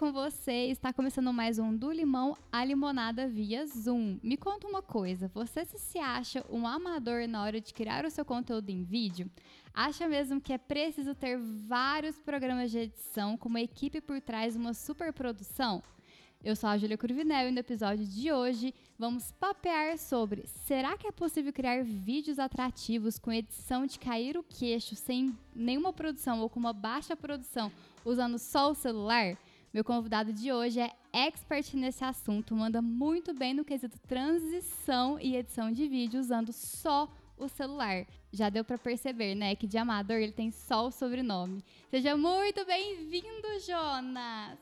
com você. Está começando mais um Do Limão à Limonada via Zoom. Me conta uma coisa, você se acha um amador na hora de criar o seu conteúdo em vídeo? Acha mesmo que é preciso ter vários programas de edição com uma equipe por trás de uma superprodução? Eu sou a Júlia Cruvinel e no episódio de hoje vamos papear sobre: será que é possível criar vídeos atrativos com edição de cair o queixo sem nenhuma produção ou com uma baixa produção usando só o celular? Meu convidado de hoje é expert nesse assunto, manda muito bem no quesito transição e edição de vídeo usando só o celular. Já deu pra perceber, né, que de amador ele tem só o sobrenome. Seja muito bem-vindo, Jonas!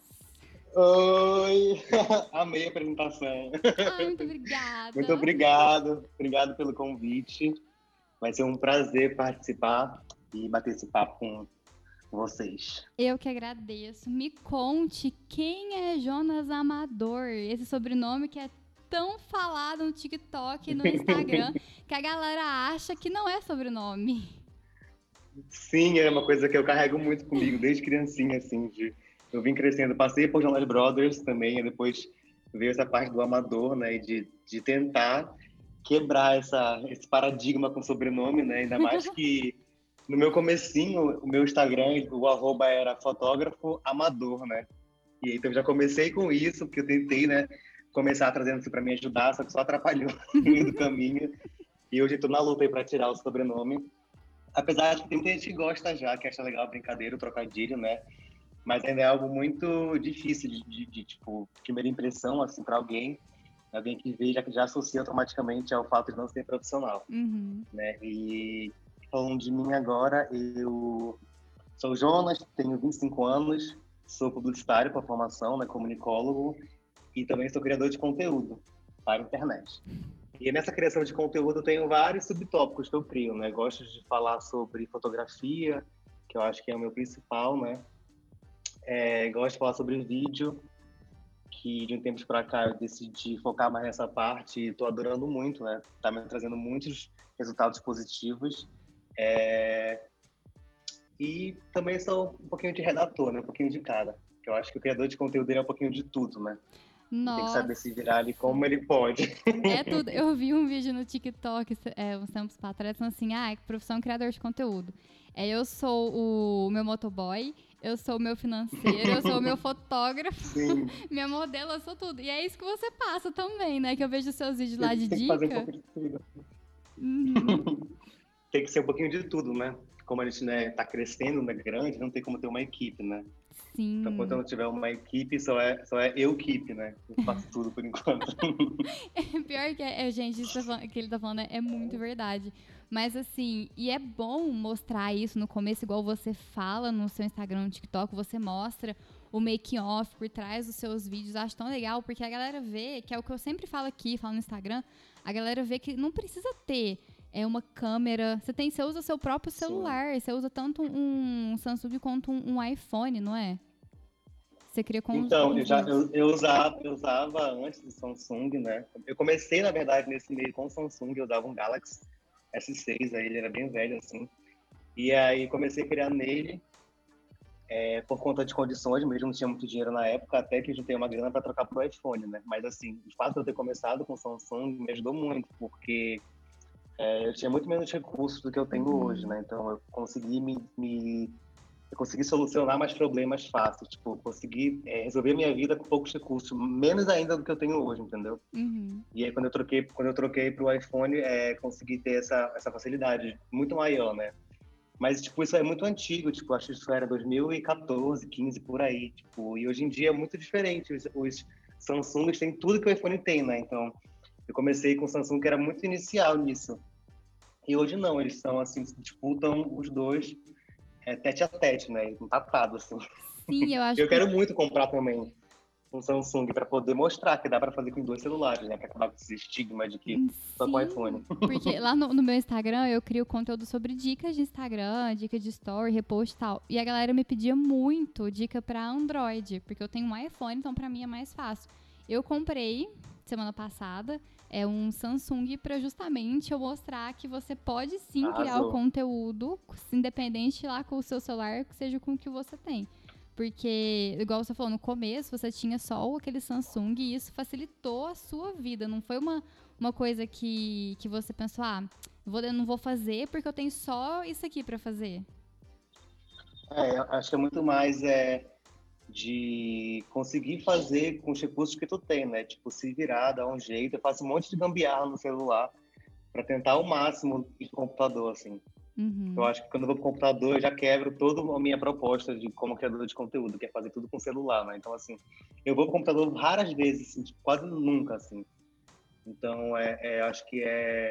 Oi, amei a apresentação. Ai, muito obrigada. Muito obrigado pelo convite. Vai ser um prazer participar e bater esse papo com vocês. Eu que agradeço. Me conte, quem é Jonas Amador? Esse sobrenome que é tão falado no TikTok e no Instagram que a galera acha que não é sobrenome. Sim, é uma coisa que eu carrego muito comigo desde criancinha, assim, eu vim crescendo, passei por Jonas Brothers também, e depois veio essa parte do amador, né, de tentar quebrar esse paradigma com sobrenome, né, ainda mais que no meu comecinho, o meu Instagram, o @ era fotógrafo amador, né, e então eu já comecei com isso, porque eu tentei, né, começar trazendo isso para me ajudar, só que só atrapalhou no meio do caminho, e hoje eu tô na luta aí para tirar o sobrenome, apesar de que tem muita gente que gosta já, que acha legal a brincadeira, o trocadilho, né, mas ainda é algo muito difícil de tipo, primeira impressão, assim, para alguém que veja, que já associa automaticamente ao fato de não ser profissional, né? E falando de mim agora, eu sou o Jonas, tenho 25 anos, sou publicitário por formação, né, comunicólogo, e também sou criador de conteúdo para a internet. E nessa criação de conteúdo eu tenho vários subtópicos que eu crio, né? Gosto de falar sobre fotografia, que eu acho que é o meu principal, né? Gosto de falar sobre vídeo, que de um tempo para cá eu decidi focar mais nessa parte e estou adorando muito, né? Tá me trazendo muitos resultados positivos. E também sou um pouquinho de redator, né? Um pouquinho de cada. Que eu acho que o criador de conteúdo é um pouquinho de tudo, né? Nossa. Tem que saber se virar ali como ele pode. É tudo. Eu vi um vídeo no TikTok uns tempos para trás, falando assim, profissão criador de conteúdo. Eu sou o meu motoboy, eu sou o meu financeiro, eu sou o meu fotógrafo, Sim. minha modelo, eu sou tudo. E é isso que você passa também, né? Que eu vejo os seus vídeos lá de Tem dica. que fazer um pouco de tudo. Tem que ser um pouquinho de tudo, né? Como a gente, né, tá crescendo, né, grande, não tem como ter uma equipe, né? Sim. Então, quando eu não tiver uma equipe, só é eu equipe, né? Eu faço tudo por enquanto. Pior que gente, isso que ele tá falando é muito verdade. Mas assim, e é bom mostrar isso no começo, igual você fala no seu Instagram, no TikTok, você mostra o making off por trás dos seus vídeos. Eu acho tão legal, porque a galera vê, que é o que eu sempre falo aqui, falo no Instagram, a galera vê que não precisa ter uma câmera. Você usa seu próprio celular. Sim. Você usa tanto um Samsung quanto um iPhone, não é? Você cria com então, eu usava antes do Samsung, né? Eu comecei, na verdade, nesse meio com o Samsung, eu usava um Galaxy S6, aí ele era bem velho, assim. E aí comecei a criar nele, por conta de condições mesmo, não tinha muito dinheiro na época, até que juntei uma grana para trocar pro iPhone, né? Mas assim, o fato de eu ter começado com o Samsung me ajudou muito, porque eu tinha muito menos recursos do que eu tenho hoje, né? Então eu consegui eu consegui solucionar mais problemas fáceis, tipo, consegui resolver minha vida com poucos recursos, menos ainda do que eu tenho hoje, entendeu? E aí quando eu troquei pro iPhone, consegui ter essa facilidade muito maior, né? Mas, tipo, isso é muito antigo, tipo, acho que isso era 2014, 15, por aí, tipo, e hoje em dia é muito diferente, os Samsungs têm tudo que o iPhone tem, né? Então, eu comecei com o Samsung que era muito inicial nisso, e hoje não, eles são, assim, disputam os dois tete a tete, né? Empatado, assim. Sim, eu acho eu quero muito comprar também um Samsung para poder mostrar que dá para fazer com 2 celulares, né? Para acabar com esse estigma de que só com iPhone. Porque lá no meu Instagram eu crio conteúdo sobre dicas de Instagram, dicas de story, repost e tal. E a galera me pedia muito dica para Android, porque eu tenho um iPhone, então para mim é mais fácil. Eu comprei semana passada um Samsung para justamente eu mostrar que você pode sim criar o conteúdo independente lá com o seu celular, que seja com o que você tem. Porque, igual você falou, no começo você tinha só aquele Samsung e isso facilitou a sua vida. Não foi uma coisa que você pensou, eu não vou fazer porque eu tenho só isso aqui pra fazer. Eu acho que é muito mais de conseguir fazer com os recursos que tu tem, né? Tipo, se virar, dar um jeito. Eu faço um monte de gambiarra no celular para tentar o máximo de computador, assim. Eu Uhum. acho que quando eu vou pro computador, eu já quebro toda a minha proposta de como criador de conteúdo, que é fazer tudo com celular, né? Então, assim, eu vou pro computador raras vezes, assim, tipo, quase nunca, assim. Então, acho que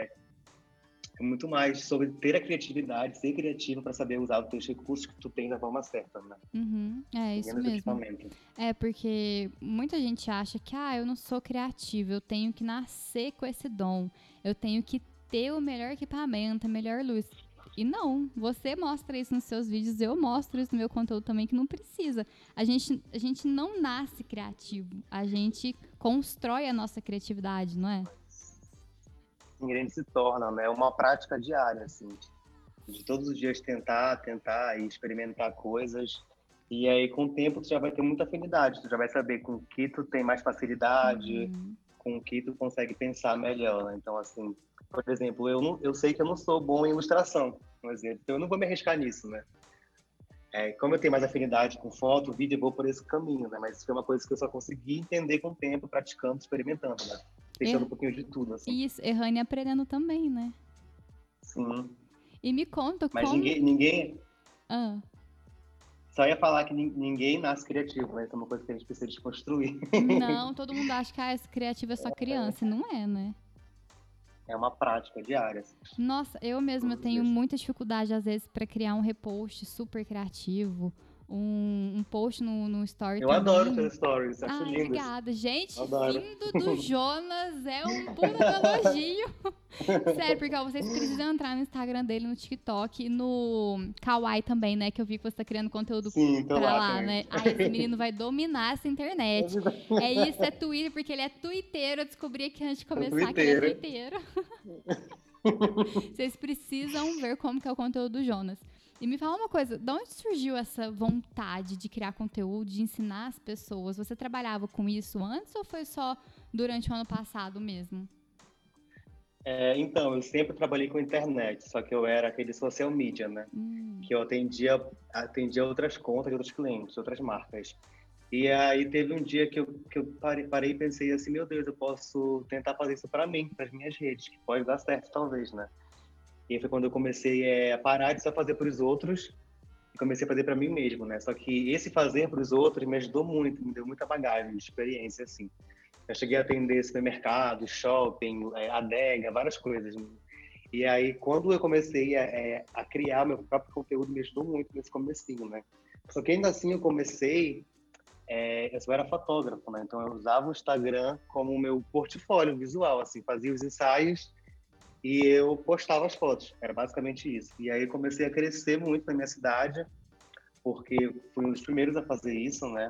é muito mais sobre ter a criatividade, ser criativo para saber usar os teus recursos que tu tem da forma certa, né? Uhum. É E isso menos mesmo. equipamento. É, porque muita gente acha que, eu não sou criativa, eu tenho que nascer com esse dom, eu tenho que ter o melhor equipamento, a melhor luz. E não, você mostra isso nos seus vídeos, eu mostro isso no meu conteúdo também, que não precisa. A gente não nasce criativo, a gente constrói a nossa criatividade, não é? Ingrediente se torna, né? Uma prática diária, assim, de todos os dias tentar e experimentar coisas. E aí, com o tempo, tu já vai ter muita afinidade, tu já vai saber com o que tu tem mais facilidade, Uhum. com o que tu consegue pensar melhor, né? Então, assim, por exemplo, eu sei que eu não sou bom em ilustração, por exemplo, então eu não vou me arriscar nisso, né? Como eu tenho mais afinidade com foto, vídeo, eu vou por esse caminho, né? Mas isso foi uma coisa que eu só consegui entender com o tempo, praticando, experimentando, né? Testando um Er- pouquinho de tudo, assim. Isso, errando e aprendendo também, né? Sim. E me conta Mas como. Ah. só ia falar que ninguém nasce criativo, né? Isso é uma coisa que a gente precisa desconstruir. Não, todo mundo acha que esse criativo é só criança, e não é, né? É uma prática diária, assim, Nossa, eu mesma todos os tenho dias. muita dificuldade, às vezes, pra criar um repost super criativo, um post no Story Eu adoro também. seus stories, acho Ai, lindos. obrigada. Gente, Adoro. vindo do Jonas é um puta do elogio. Sério, porque ó, vocês precisam entrar no Instagram dele, no TikTok e no Kawaii também, né? Que eu vi que você tá criando conteúdo Sim, tô pra lá lá, também. né? Ai, esse menino vai dominar essa internet. É isso, é Twitter, porque ele é twitteiro. Eu descobri aqui antes de No começar que ele é Twitter. twitteiro. Vocês precisam ver como que é o conteúdo do Jonas. E me fala uma coisa, de onde surgiu essa vontade de criar conteúdo, de ensinar as pessoas? Você trabalhava com isso antes ou foi só durante o ano passado mesmo? Então, eu sempre trabalhei com internet, só que eu era aquele social media, né? Hum. Que eu atendia outras contas de outros clientes, outras marcas. E aí teve um dia que eu parei e pensei assim, meu Deus, eu posso tentar fazer isso para mim, para as minhas redes, que pode dar certo talvez, né? E aí foi quando eu comecei a parar de só fazer para os outros e comecei a fazer para mim mesmo, né? Só que esse fazer para os outros me ajudou muito, me deu muita bagagem de experiência, assim. Eu cheguei a atender supermercado, shopping, adega, várias coisas, né? E aí, quando eu comecei a criar meu próprio conteúdo, me ajudou muito nesse comecinho, né? Só que ainda assim eu comecei, eu só era fotógrafo, né? Então eu usava o Instagram como meu portfólio visual, assim, fazia os ensaios e eu postava as fotos. Era basicamente isso. E aí comecei a crescer muito na minha cidade, porque fui um dos primeiros a fazer isso, né?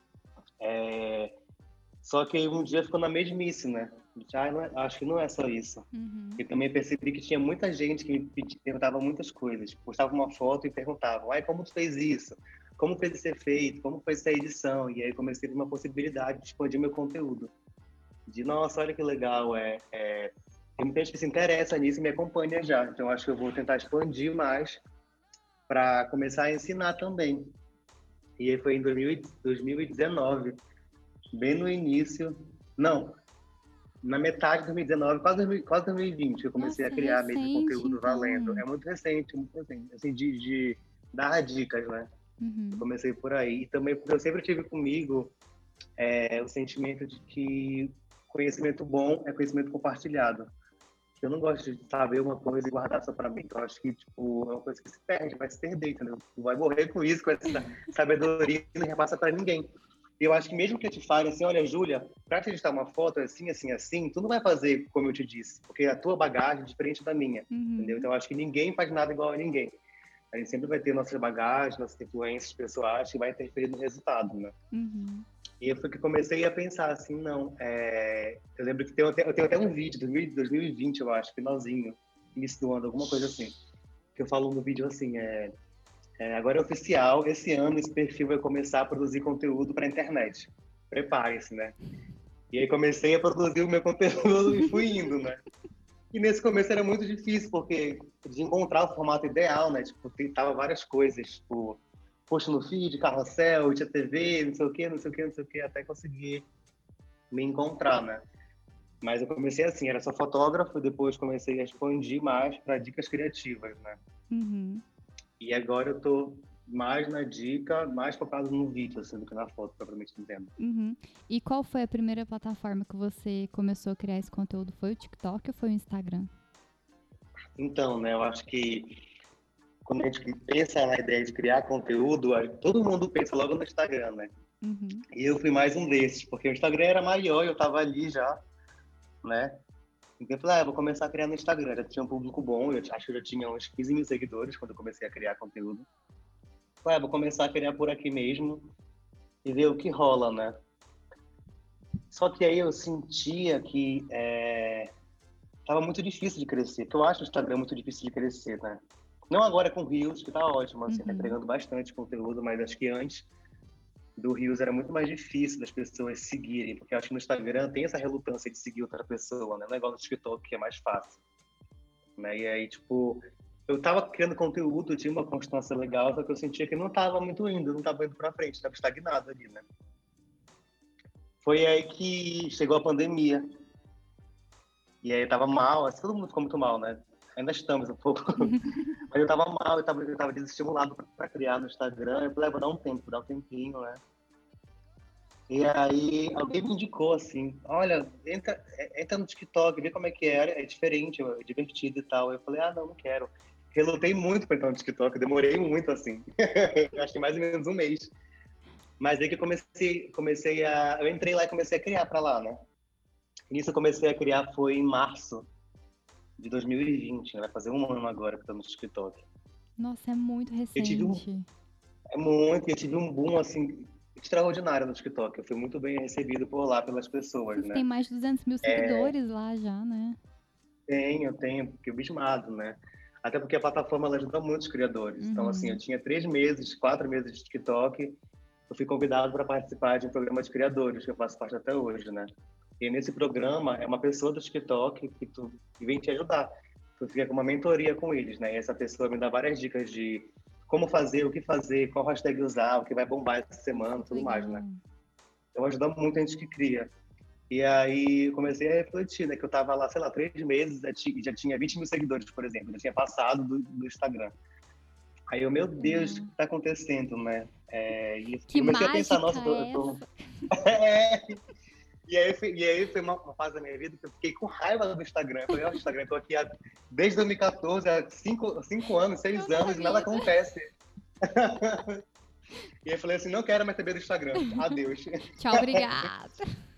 Só que um dia ficou na mesmice, né? Acho que não é só isso. Uhum. E também percebi que tinha muita gente que perguntava muitas coisas. Postava uma foto e perguntavam, como tu fez isso? Como fez esse efeito? Como foi essa edição? E aí comecei a ter uma possibilidade de expandir meu conteúdo. De, nossa, olha que legal, tem muita gente que se interessa nisso e me acompanha já. Então, acho que eu vou tentar expandir mais para começar a ensinar também. E aí foi em 2019, bem no início. Não, na metade de 2019, quase 2020, eu comecei a Nossa, é criar mesmo recente, conteúdo valendo. então. É muito recente, assim, de dar dicas, né? Eu Uhum. comecei por aí. E também porque eu sempre tive comigo o sentimento de que conhecimento bom é conhecimento compartilhado. Eu não gosto de saber uma coisa e guardar só para mim. Então, acho que, tipo, é uma coisa que se perde, vai se perder, entendeu? Tu vai morrer com isso, com essa sabedoria e não repassa para ninguém. E eu acho que mesmo que eu te fale assim, olha, Júlia, para te editar uma foto assim, assim, assim, tu não vai fazer como eu te disse, porque a tua bagagem é diferente da minha, entendeu? Uhum. Então, eu acho que ninguém faz nada igual a ninguém. A gente sempre vai ter nossas bagagens, nossas influências pessoais que vai interferir no resultado, né? Uhum. E eu foi que comecei a pensar assim, não, eu lembro que eu tenho até um vídeo, 2020, eu acho, finalzinho, início do ano, alguma coisa assim, que eu falo no vídeo assim, Agora é oficial, esse ano esse perfil vai começar a produzir conteúdo para a internet. Prepare-se, né? E aí comecei a produzir o meu conteúdo e fui indo, né? E nesse começo era muito difícil, porque de encontrar o formato ideal, né? Tipo, tava várias coisas, tipo, post no feed, carrossel, tinha TV, não sei o quê, não sei o quê, não sei o quê, até conseguir me encontrar, né? Mas eu comecei assim, era só fotógrafo, depois comecei a expandir mais para dicas criativas, né? Uhum. E agora eu tô mais na dica, mais focado no vídeo, assim, do que na foto, propriamente dizendo. Uhum. E qual foi a primeira plataforma que você começou a criar esse conteúdo? Foi o TikTok ou foi o Instagram? Então, né, eu acho que quando a gente pensa na ideia de criar conteúdo, todo mundo pensa logo no Instagram, né? Uhum. E eu fui mais um desses, porque o Instagram era maior e eu tava ali já, né? Então eu falei, vou começar a criar no Instagram. Já tinha um público bom, eu acho que eu já tinha uns 15 mil seguidores quando eu comecei a criar conteúdo. Falei, vou começar a criar por aqui mesmo e ver o que rola, né? Só que aí eu sentia que tava muito difícil de crescer, que eu acho o Instagram muito difícil de crescer, né? Não agora com o Reels, que tá ótimo, assim, tá Uhum. entregando bastante conteúdo, mas acho que antes do Reels era muito mais difícil das pessoas seguirem, porque eu acho que no Instagram tem essa relutância de seguir outra pessoa, né? Não é igual no TikTok, que é mais fácil, né? E aí, tipo, eu tava criando conteúdo, tinha uma constância legal, só que eu sentia que não tava muito indo, não tava indo pra frente, tava estagnado ali, né? Foi aí que chegou a pandemia, e aí eu tava mal, assim, todo mundo ficou muito mal, né? Ainda estamos um pouco. Mas eu tava mal, eu tava desestimulado pra criar no Instagram. Eu falei, vou dar um tempo, vou dar um tempinho, né? E aí alguém me indicou assim, olha, entra no TikTok, vê como é que é diferente, é divertido e tal. Eu falei, não quero. Relutei muito pra entrar no TikTok, demorei muito assim. Acho que mais ou menos um mês. Mas aí que eu eu entrei lá e comecei a criar pra lá, né? Isso eu comecei a criar foi em março de 2020, né? Vai fazer um ano agora que eu tô no TikTok. Nossa, é muito Eu tive recente. eu tive um boom, assim, extraordinário no TikTok. Eu fui muito bem recebido por lá, pelas pessoas, Você tem né? mais de 200 mil seguidores lá já, né? Tenho, porque eu bismado, né? Até porque a plataforma ela ajuda muitos criadores. Então, assim, eu Uhum. tinha 3 meses, 4 meses de TikTok. Eu fui convidado para participar de um programa de criadores, que eu faço parte até hoje, né? E nesse programa, é uma pessoa do TikTok que vem te ajudar. Tu fica com uma mentoria com eles, né? E essa pessoa me dá várias dicas de como fazer, o que fazer, qual hashtag usar, o que vai bombar essa semana, tudo mais, né? Legal. Então ajuda muito a gente que cria. E aí comecei a refletir, né? Que eu tava lá, sei lá, 3 meses, já tinha 20 mil seguidores, por exemplo. Já tinha passado do Instagram. Aí eu, meu Deus, o que tá acontecendo, né? E Que comecei a pensar, nossa, mágica é essa? É, e aí foi uma fase da minha vida que eu fiquei com raiva do Instagram. Eu falei, ó, Instagram, eu tô aqui desde 2014, há 5 anos, Toda 6 a anos, e nada vida. acontece. E aí eu falei assim, não quero mais saber do Instagram. Adeus. Tchau, obrigada.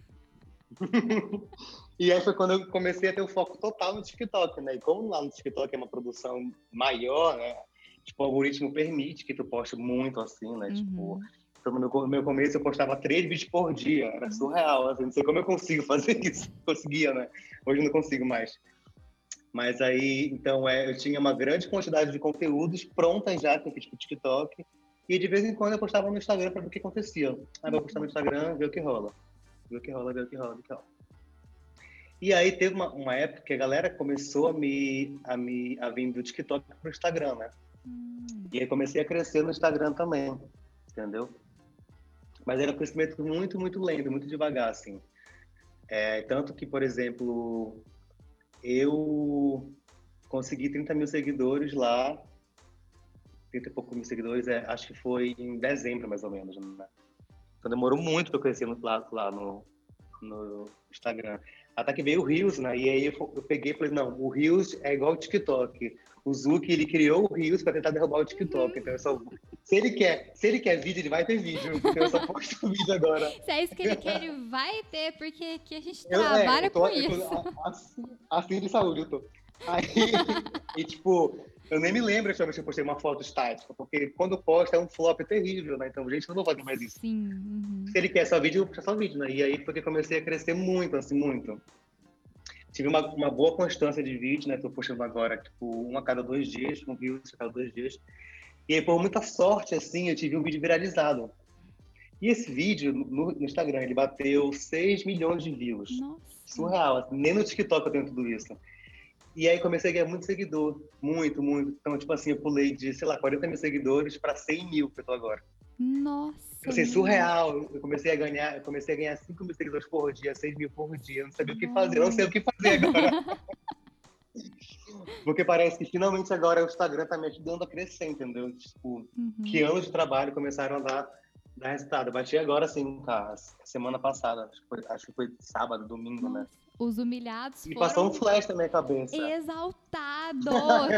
E aí foi quando eu comecei a ter o foco total no TikTok, né? E como lá no TikTok é uma produção maior, né? Tipo, o algoritmo permite que tu poste muito assim, né? Tipo, Uhum. então no meu começo eu postava 3 vídeos por dia. Era surreal, assim. Não sei como eu consigo fazer isso. Conseguia, né? Hoje eu não consigo mais. Mas aí, então, eu tinha uma grande quantidade de conteúdos prontas já que eu fiz pro TikTok. E de vez em quando eu postava no Instagram para ver o que acontecia. Aí vou postar no Instagram, ver o que rola. Ver o que rola, ver o que rola, ver o que rola. E aí teve uma época que a galera começou a vir do TikTok pro Instagram, né? Hum. E aí comecei a crescer no Instagram também, entendeu? Mas era um crescimento muito, muito lento, muito devagar, assim. Tanto que, por exemplo, eu consegui 30 mil seguidores lá, 30 e poucos mil seguidores, acho que foi em dezembro, mais ou menos, né? Então demorou muito para eu crescer lá no Instagram. Até que veio o Reels, né? E aí eu peguei e falei, não, o Reels é igual o TikTok. O Zuki, ele criou o Reels para tentar derrubar o TikTok. Então, se ele quer vídeo, ele vai ter vídeo. Então, eu só posto vídeo agora. Se é isso que ele quer, ele vai ter, porque aqui a gente Eu, trabalha com eu isso. tô assim de saúde, eu tô. Aí, e tipo, eu nem me lembro se eu postei uma foto estática, porque quando posta é um flop terrível, né? Então, gente, eu não vou fazer mais isso. Sim. Uhum. Se ele quer só vídeo, eu vou postar só vídeo, né? E aí foi que eu comecei a crescer muito, assim, muito. Tive uma boa constância de vídeo, né? Tô postando agora, tipo, um a cada 2 dias, um vídeo a cada 2 dias. E aí, por muita sorte, assim, eu tive um vídeo viralizado. E esse vídeo, no Instagram, ele bateu 6 milhões de views. Nossa. Surreal, assim, nem no TikTok eu tenho tudo isso. E aí comecei a ganhar muito seguidor, muito, muito. Então, tipo assim, eu pulei de, sei lá, 40 mil seguidores para 100 mil que eu tô agora. Nossa, Assim, menina. surreal. Eu comecei a ganhar 5 mil seguidores por dia, 6 mil por dia. Eu não sabia o que fazer, eu não sei o Nossa. que fazer agora. Porque parece que finalmente agora o Instagram tá me ajudando a crescer, entendeu? Tipo, que Uhum. anos de trabalho começaram a dar resultado. Eu bati agora, assim, cara, semana passada, acho que foi sábado, domingo, né? Nossa. Os humilhados E passou um foram flash na minha cabeça. exaltados.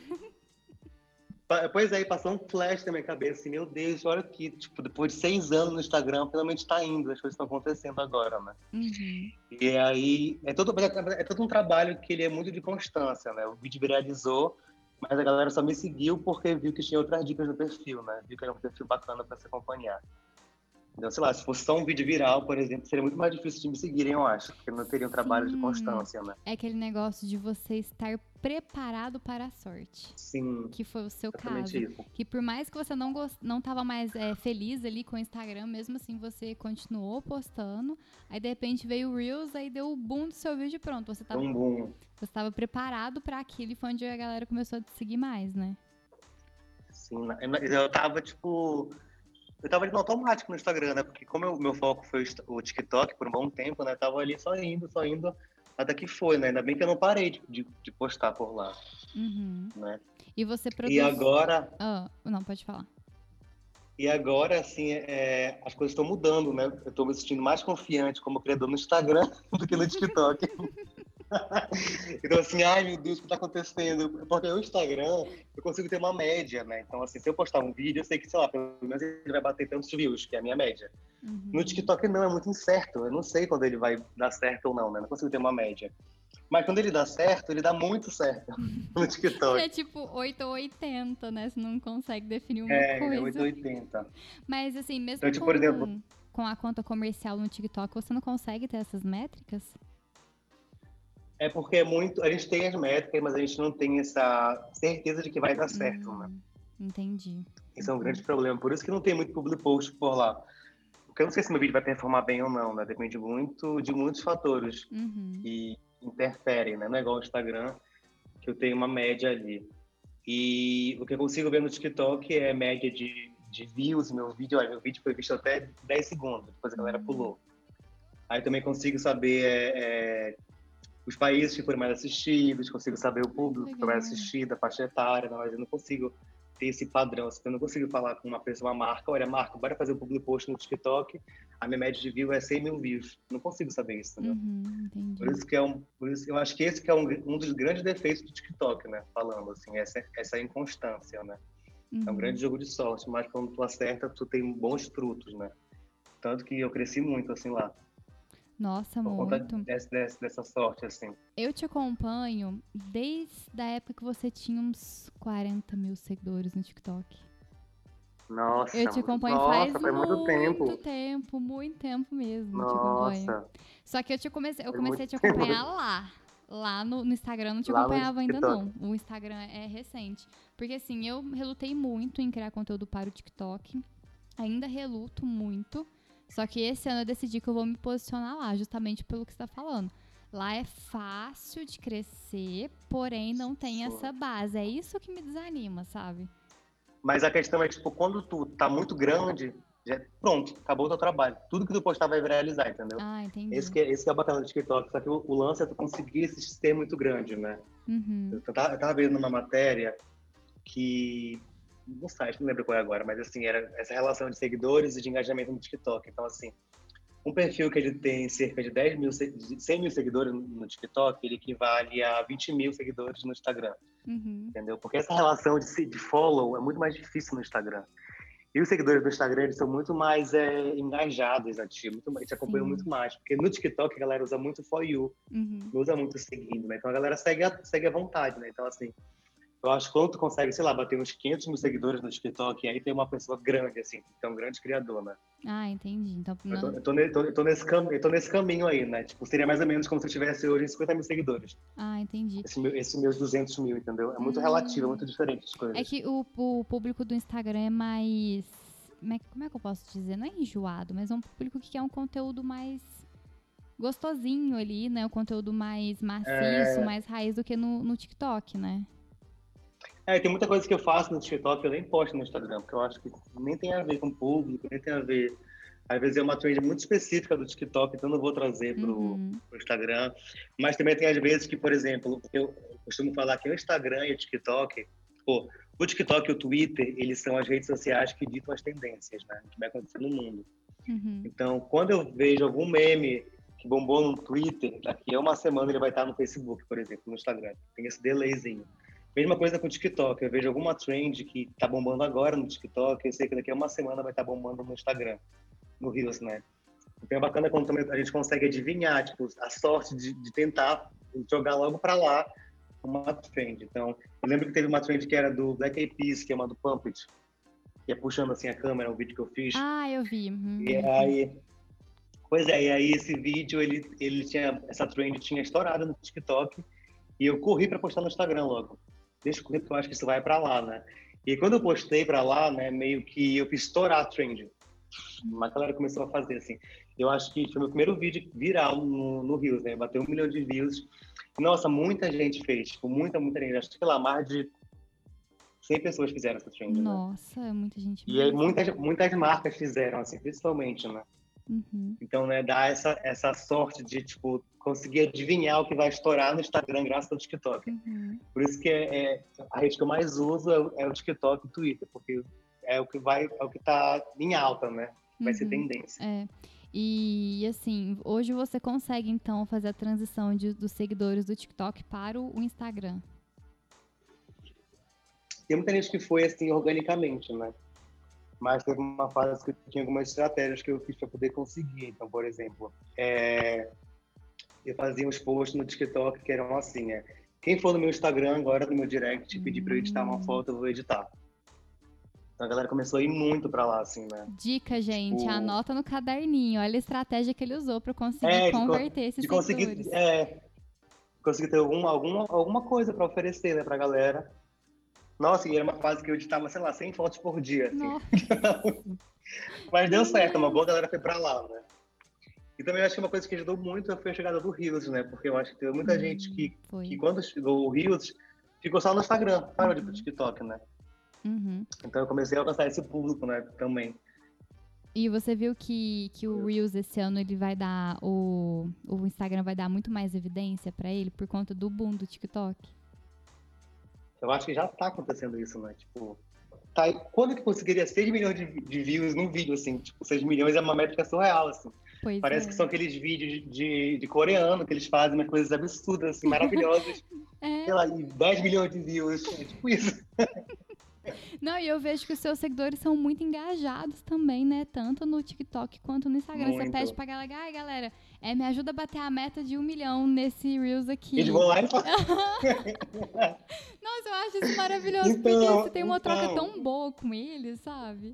Pois é, passou um flash na minha cabeça, assim, meu Deus, olha aqui, tipo, depois de 6 anos no Instagram, finalmente tá indo, as coisas estão acontecendo agora, né? Uhum. E aí, é todo um trabalho que ele é muito de constância, né? O vídeo viralizou, mas a galera só me seguiu porque viu que tinha outras dicas no perfil, né? Viu que era um perfil bacana para se acompanhar. Então, sei lá, se fosse só um vídeo viral, por exemplo, seria muito mais difícil de me seguirem, eu acho, porque não teria um trabalho de Sim. constância, né? É aquele negócio de você estar preparado para a sorte. Sim, Que foi o seu exatamente caso. isso. Que por mais que você não tava mais feliz ali com o Instagram, mesmo assim você continuou postando. Aí de repente veio o Reels, aí deu o boom do seu vídeo e pronto. Você Um boom. tava preparado para aquilo e foi onde a galera começou a te seguir mais, né? Sim, eu tava, tipo... Eu tava ali no automático no Instagram, né? Porque como meu foco foi o TikTok por um bom tempo, né? Tava ali só indo, até que foi, né? Ainda bem que eu não parei de postar por lá, Uhum. né? E você E produz... agora, não, pode falar. assim, as coisas estão mudando, né? Eu tô me sentindo mais confiante como criador no Instagram do que no TikTok. Então, assim, ai meu Deus, o que está acontecendo? Porque o Instagram, eu consigo ter uma média, né? Então, assim, se eu postar um vídeo, eu sei que, sei lá, pelo menos ele vai bater tantos views, que é a minha média. No Uhum. TikTok, não, é muito incerto. Eu não sei quando ele vai dar certo ou não, né? Não consigo ter uma média. Mas quando ele dá certo, ele dá muito certo no Ele TikTok. é tipo 8 ou 80, né? Você não consegue definir uma É coisa. 880. Mas assim, Então, mesmo tipo, por exemplo, com a conta comercial no TikTok, você não consegue ter essas métricas? é porque a gente tem as métricas, mas a gente não tem essa certeza de que vai dar certo, né? Entendi. Esse é um grande problema. Por isso que não tem muito public post por lá. Porque eu não sei se meu vídeo vai performar bem ou não, né? Depende muito de muitos fatores Uhum. que interferem, né? Não é igual o Instagram, que eu tenho uma média ali. E o que eu consigo ver no TikTok é média de views. Meu vídeo foi visto até 10 segundos, depois a galera Uhum. pulou. Aí também consigo saber os países que foram mais assistidos, consigo saber o Ai, que público que foi mais legal. assistido, a faixa etária, mas eu não consigo ter esse padrão. Assim, eu não consigo falar com uma pessoa, uma marca, olha, marca, bora fazer um public post no TikTok, a minha média de view é 100 mil views. Não consigo saber isso, entendeu? Por Entendi. isso que por isso, eu acho que esse que é um dos grandes defeitos do TikTok, né? Falando assim, essa inconstância, né? É um grande Uhum. jogo de sorte, mas quando tu acerta, tu tem bons frutos, né? Tanto que eu cresci muito, assim, lá, Nossa, por conta muito. dessa sorte, assim. Eu te acompanho desde a época que você tinha uns 40 mil seguidores no TikTok. Eu Nossa, te acompanho faz faz muito tempo. muito tempo mesmo, te acompanho. Nossa, Só que eu faz comecei muito a te tempo. acompanhar lá. Lá no Instagram, não te Lá no acompanhava ainda TikTok. não. O Instagram é recente. Porque assim, eu relutei muito em criar conteúdo para o TikTok. Ainda reluto muito. Só que esse ano eu decidi que eu vou me posicionar lá, justamente pelo que você tá falando. Lá é fácil de crescer, porém não tem essa Sim. base. É isso que me desanima, sabe? Mas a questão é, tipo, quando tu tá muito grande, pronto, acabou o teu trabalho. Tudo que tu postar vai viralizar, entendeu? Ah, Esse entendi. que é, esse que é o bacana do TikTok. Só que o lance é tu conseguir esse ser muito grande, né? Uhum. Eu tava vendo uma matéria que... No site, não lembro qual é agora, mas assim, era essa relação de seguidores e de engajamento no TikTok. Então, assim, um perfil que ele tem cerca de 10 mil, 100 mil seguidores no TikTok, ele equivale a 20 mil seguidores no Instagram, Uhum. entendeu? Porque essa relação de follow é muito mais difícil no Instagram. E os seguidores do Instagram, eles são muito mais engajados a ti, te acompanham muito Sim. mais. Porque no TikTok a galera usa muito For You, Uhum. não usa muito seguindo, né? Então a galera segue à vontade, né? Então, assim, Eu acho que quando tu consegue, sei lá, bater uns 500 mil seguidores no TikTok, aí tem uma pessoa grande, assim, que é um grande criador, né? Ah, entendi. Então, Eu tô nesse caminho aí, né? Tipo, seria mais ou menos como se eu tivesse hoje 50 mil seguidores. ah, entendi. Esse meus 200 mil, entendeu? É muito relativo, é Hum, muito diferente as é coisas. que o público do Instagram é mais. Como é que eu posso dizer? Não é enjoado, mas é um público que quer um conteúdo mais gostosinho ali, né? O conteúdo mais maciço, É, mais raiz do que no TikTok, né? tem muita coisa que eu faço no TikTok que eu nem posto no Instagram, porque eu acho que nem tem a ver com o público, nem tem a ver. Às vezes é uma trend muito específica do TikTok, então eu não vou trazer Uhum. pro Instagram. Mas também tem às vezes que, por exemplo, eu costumo falar que o Instagram e o TikTok, pô, o TikTok e o Twitter, eles são as redes sociais que ditam as tendências, né? O que vai acontecer no mundo. Uhum. Então, quando eu vejo algum meme que bombou no Twitter, daqui a uma semana ele vai estar no Facebook, por exemplo, no Instagram. Tem esse delayzinho. Mesma coisa com o TikTok. Eu vejo alguma trend que tá bombando agora no TikTok, eu sei que daqui a uma semana vai estar bombando no Instagram, no Reels, né? Então é bacana quando também a gente consegue adivinhar, tipo, a sorte de tentar jogar logo para lá uma trend. Então, eu lembro que teve uma trend que era do Black Eyed Peas, que é uma do Pump It, que é puxando assim a câmera, um vídeo que eu fiz. Ah, eu vi. E Eu vi. aí, pois é, e aí esse vídeo, ele tinha, essa trend tinha estourado no TikTok, e eu corri para postar no Instagram logo. Deixa eu correr, porque eu acho que isso vai para lá, né? E quando eu postei para lá, né, meio que eu fiz estourar a trend. Uma galera começou a fazer, assim. Eu acho que foi meu primeiro vídeo viral no Reels, né? Bateu 1 milhão de views. Nossa, muita gente fez, tipo, muita gente. Acho que, sei lá, mais de 100 pessoas fizeram essa trend, né? Nossa, é muita gente E aí mesmo. muitas marcas fizeram, assim, principalmente, né? Uhum. Então, né, dá essa sorte de, tipo, conseguir adivinhar o que vai estourar no Instagram graças ao TikTok. Uhum. Por isso que a rede que eu mais uso é o TikTok e o Twitter, porque é o que tá em alta, né? Vai ser Uhum. tendência. É. E assim, hoje você consegue então fazer a transição dos seguidores do TikTok para o Instagram. Tem muita gente que foi assim organicamente, né? Mas teve uma fase que eu tinha algumas estratégias que eu fiz para poder conseguir. Então, por exemplo, eu fazia uns posts no TikTok que eram assim, quem for no meu Instagram agora, no meu direct, pedir para eu editar uma Hum. foto, eu vou editar. Então a galera começou a ir muito para lá, assim, né? Dica, gente, Tipo, anota no caderninho. Olha a estratégia que ele usou para conseguir é, de, co- converter esses de conseguir, seguidores. conseguir ter alguma coisa para oferecer, né, pra galera. Nossa, e era uma fase que eu editava, sei lá, 100 fotos por dia, assim. Nossa, Mas deu meu certo, uma Deus. boa galera foi para lá, né? E também eu acho que uma coisa que ajudou muito foi a chegada do Reels, né? Porque eu acho que teve muita gente que Foi. quando chegou o Reels, ficou só no Instagram, parou de ir pro Uhum. TikTok, né? Uhum. Então eu comecei a alcançar esse público, né, também. E você viu que o Reels esse ano ele vai dar. O Instagram vai dar muito mais evidência para ele por conta do boom do TikTok? Eu acho que já tá acontecendo isso, né? Tipo, tá, quando que conseguiria 6 milhões de views num vídeo, assim? Tipo, 6 milhões é uma métrica surreal, assim. Pois Parece que é. são aqueles vídeos de coreano que eles fazem, umas coisas absurdas, assim, maravilhosas. Sei É. lá, e 10 milhões de views, é tipo isso. Não, e eu vejo que os seus seguidores são muito engajados também, né? Tanto no TikTok quanto no Instagram. Você pede Muito. pra galera, ai, galera, me ajuda a bater a meta de 1 milhão nesse Reels Eles aqui. vão lá e falam. Nossa, eu acho isso maravilhoso, porque você Então, tem uma troca tão boa com eles, sabe?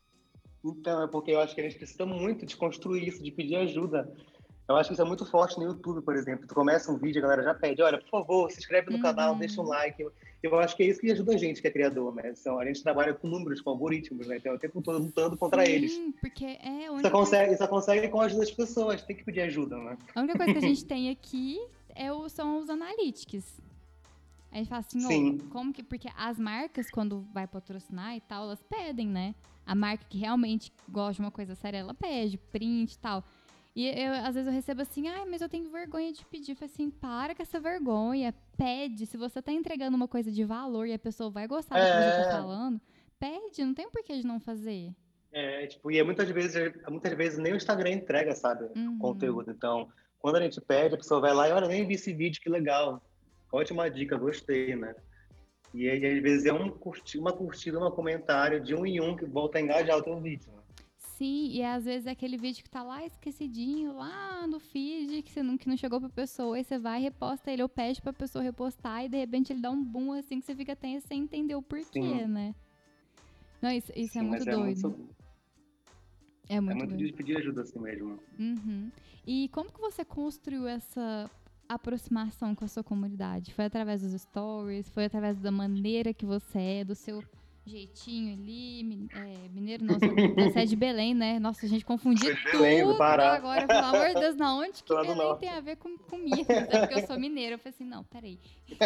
é porque eu acho que a gente precisa muito de construir isso, de pedir ajuda. Eu acho que isso é muito forte no YouTube, por exemplo. Tu começa um vídeo, a galera já pede, olha, por favor, se inscreve no canal, deixa um Uhum. like. Eu acho que é isso que ajuda a gente, que é criador, né? A gente trabalha com números, com algoritmos, né? Então, o tempo todo lutando contra eles. Sim, porque é a única coisa. Só consegue com a ajuda das pessoas, tem que pedir ajuda, né? A única coisa que a gente tem aqui são os analytics. Aí a gente fala assim, Sim. como que. Porque as marcas, quando vai patrocinar e tal, elas pedem, né? A marca que realmente gosta de uma coisa séria, ela pede, print e tal. E às vezes eu recebo assim, mas eu tenho vergonha de pedir. Eu falo assim, para com essa vergonha, pede. Se você tá entregando uma coisa de valor e a pessoa vai gostar do que você tá É, falando, pede, não tem porquê de não fazer. tipo, e muitas vezes nem o Instagram entrega, sabe, Uhum. conteúdo. Então, quando a gente pede, a pessoa vai lá e olha, nem vi esse vídeo, que legal. Ótima dica, gostei, né? E aí, às vezes, é uma curtida, um comentário de um em um que volta a engajar o teu vídeo, né? Sim, e às vezes é aquele vídeo que tá lá esquecidinho, lá no feed, que não chegou pra pessoa, aí você vai, reposta ele, ou pede pra pessoa repostar, e de repente ele dá um boom, assim, que você fica até sem entender o porquê, Sim, né? Não, isso é sim, muito mas doido. É é muito muito doido. de pedir ajuda assim mesmo. Uhum. E como que você construiu essa aproximação com a sua comunidade? Foi através dos stories? Foi através da maneira que você é, do seu jeitinho ali? Mineiro não, você é de Belém, né? Nossa, a gente confundia Sou de Belém, do tudo Pará, agora. Pelo amor de Deus, na onde que lá do Belém tem norte. a ver com Minas? É porque eu sou mineira. Eu falei assim, não, peraí.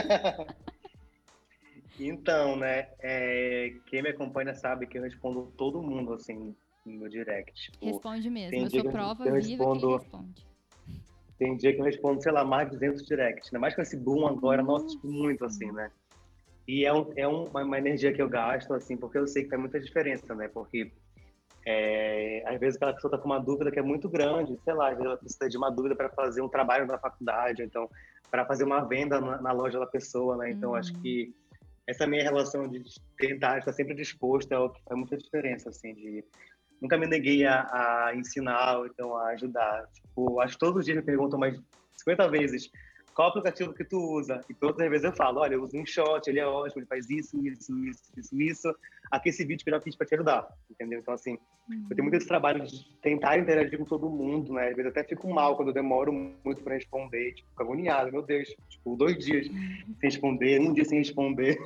Então, né, quem me acompanha sabe que eu respondo todo mundo, assim, no meu direct. Tipo, Responde mesmo. tem Eu dia sou que prova eu viva que ele respondo, responde. tem dia que eu respondo, sei lá, mais de 200 directs, ainda mais com esse boom agora, nossa, tipo, muito, Nossa. assim, né. E uma energia que eu gasto, assim, porque eu sei que faz muita diferença, né, porque às vezes aquela pessoa está com uma dúvida que é muito grande, sei lá, às vezes ela precisa de uma dúvida para fazer um trabalho na faculdade, então, para fazer uma venda na loja da pessoa, né, então acho Uhum. que essa minha relação de tentar estar sempre disposto é o que faz muita diferença, assim, de nunca me neguei a ensinar, ou então a ajudar. Tipo, acho que todos os dias me perguntam mais 50 vezes qual aplicativo que tu usa, e todas as vezes eu falo, olha, eu uso um shot, ele é ótimo, ele faz isso. Aqui esse vídeo que eu já fiz para te ajudar, entendeu? Então, assim, eu tenho muito Uhum. esse trabalho de tentar interagir com todo mundo, né? Às vezes eu até fico mal quando eu demoro muito para responder, tipo, fico agoniado, meu Deus, tipo, 2 dias sem responder, um dia sem responder.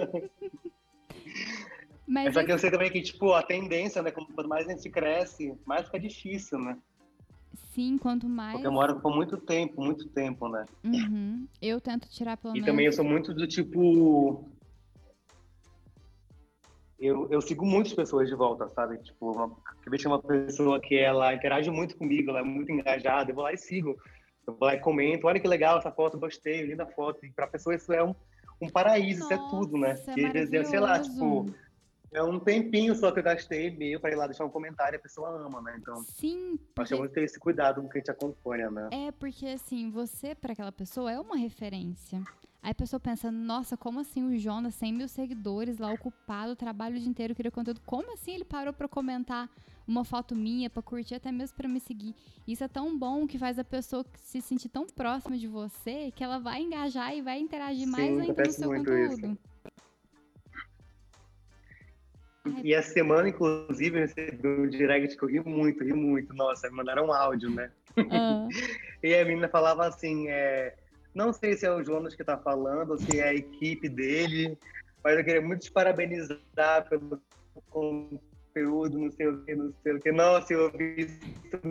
Mas Só que eu esse, sei também que, tipo, a tendência, né? Quanto mais a gente cresce, mais fica difícil, né? sim, quanto Porque eu mais. moro por muito tempo, né? Uhum. Eu tento tirar pelo E também eu menos. sou muito do tipo. Eu sigo muitas pessoas de volta, sabe? Tipo, eu vejo uma pessoa que ela interage muito comigo, ela é muito engajada, eu vou lá e sigo. Eu vou lá e comento, olha que legal essa foto, gostei, linda foto. E pra pessoa isso é um paraíso, isso é tudo, né? Nossa, é Porque às vezes, sei lá, maravilhoso. tipo, é um tempinho só que eu gastei meio para ir lá deixar um comentário e a pessoa ama, né? Então, Sim, acho que é porque muito ter esse cuidado com quem te acompanha, né? porque assim, você para aquela pessoa é uma referência. Aí a pessoa pensa, nossa, como assim o Jonas, 100 mil seguidores lá, ocupado, trabalho o dia inteiro, cria conteúdo. Como assim ele parou pra comentar uma foto minha, pra curtir, até mesmo pra me seguir? Isso é tão bom que faz a pessoa se sentir tão próxima de você que ela vai engajar e vai interagir mais Sim, ainda no acontece seu muito isso. conteúdo. Ai, E essa semana, inclusive, eu recebi um direct que eu ri muito. Nossa, me mandaram um áudio, né? ah, E a menina falava assim, não sei se é o Jonas que tá falando, ou se é a equipe dele, mas eu queria muito te parabenizar pelo conteúdo, não sei o que, não sei o que. Nossa, eu ouvi isso,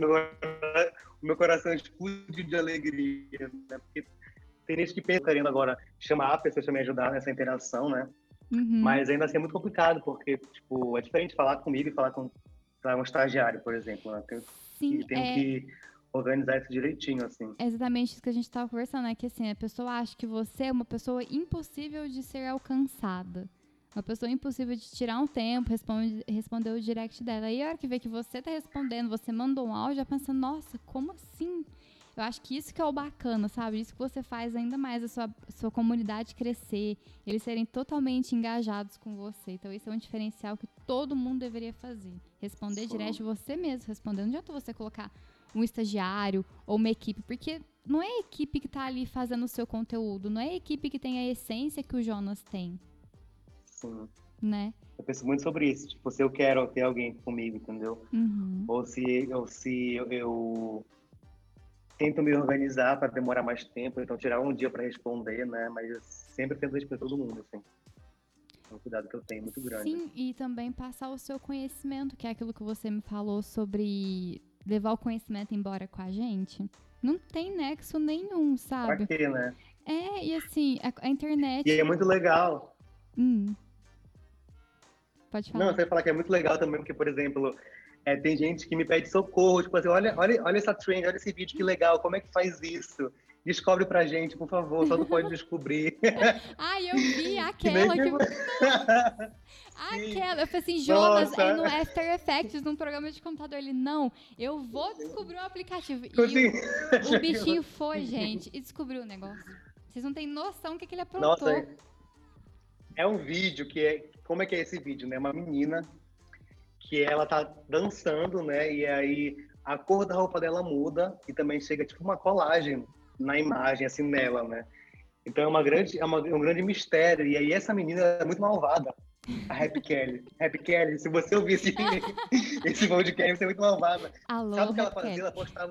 o meu coração explodiu de alegria, né? Porque tem gente que pensa querendo agora chamar a pessoa para me ajudar nessa interação, né? uhum. Mas ainda assim é muito complicado, porque, tipo, é diferente falar comigo e falar com um estagiário, por exemplo, né? Sim, Tenho que organizar isso direitinho, assim. é exatamente isso que a gente estava conversando, né? Que assim, a pessoa acha que você é uma pessoa impossível de ser alcançada. Uma pessoa impossível de tirar um tempo, responder o direct dela. E a hora que vê que você tá respondendo, você mandou um áudio, já pensa, nossa, como assim? Eu acho que isso que é o bacana, sabe? Isso que você faz ainda mais a sua comunidade crescer, eles serem totalmente engajados com você. Então, esse é um diferencial que todo mundo deveria fazer. Responder Sim, direct você mesmo, respondendo. Não adianta você colocar um estagiário ou uma equipe, porque não é a equipe que tá ali fazendo o seu conteúdo, não é a equipe que tem a essência que o Jonas tem, sim. né? Eu penso muito sobre isso, tipo, se eu quero ter alguém comigo, entendeu? Uhum. Ou se eu tento me organizar para demorar mais tempo, então tirar um dia para responder, né? Mas eu sempre tento responder todo mundo, assim. É um cuidado que eu tenho muito grande. Sim, e também passar o seu conhecimento, que é aquilo que você me falou sobre levar o conhecimento embora com a gente. Não tem nexo nenhum, Pra sabe? quê, né? E assim, a E é internet. muito legal. Hum, pode Não, falar. você vai falar que é muito legal também, porque, por exemplo, tem gente que me pede socorro, tipo assim, olha essa trend, olha esse vídeo, que legal, como é que faz isso? Descobre pra gente, por favor, só tu pode descobrir. Ai, eu vi Que nem aquela que... que. Sim, Aquela. Eu falei assim, Jonas, aí no nossa. After Effects, num programa de computador. Ele, não, eu vou descobrir um aplicativo. Tipo E assim, o bichinho foi, gente, e descobriu o negócio. Vocês não têm noção do que ele nossa, aprontou. é um vídeo como é que é esse vídeo, né? Uma menina que ela tá dançando, né? E aí a cor da roupa dela muda e também chega tipo uma colagem na imagem, assim, nela, né? Então um grande mistério. E aí essa menina é muito malvada, a Happy Kelly. Happy Kelly, se você ouvir esse podcast, você é muito malvada. Alô, Sabe o que ela Rap fazia? Kelly.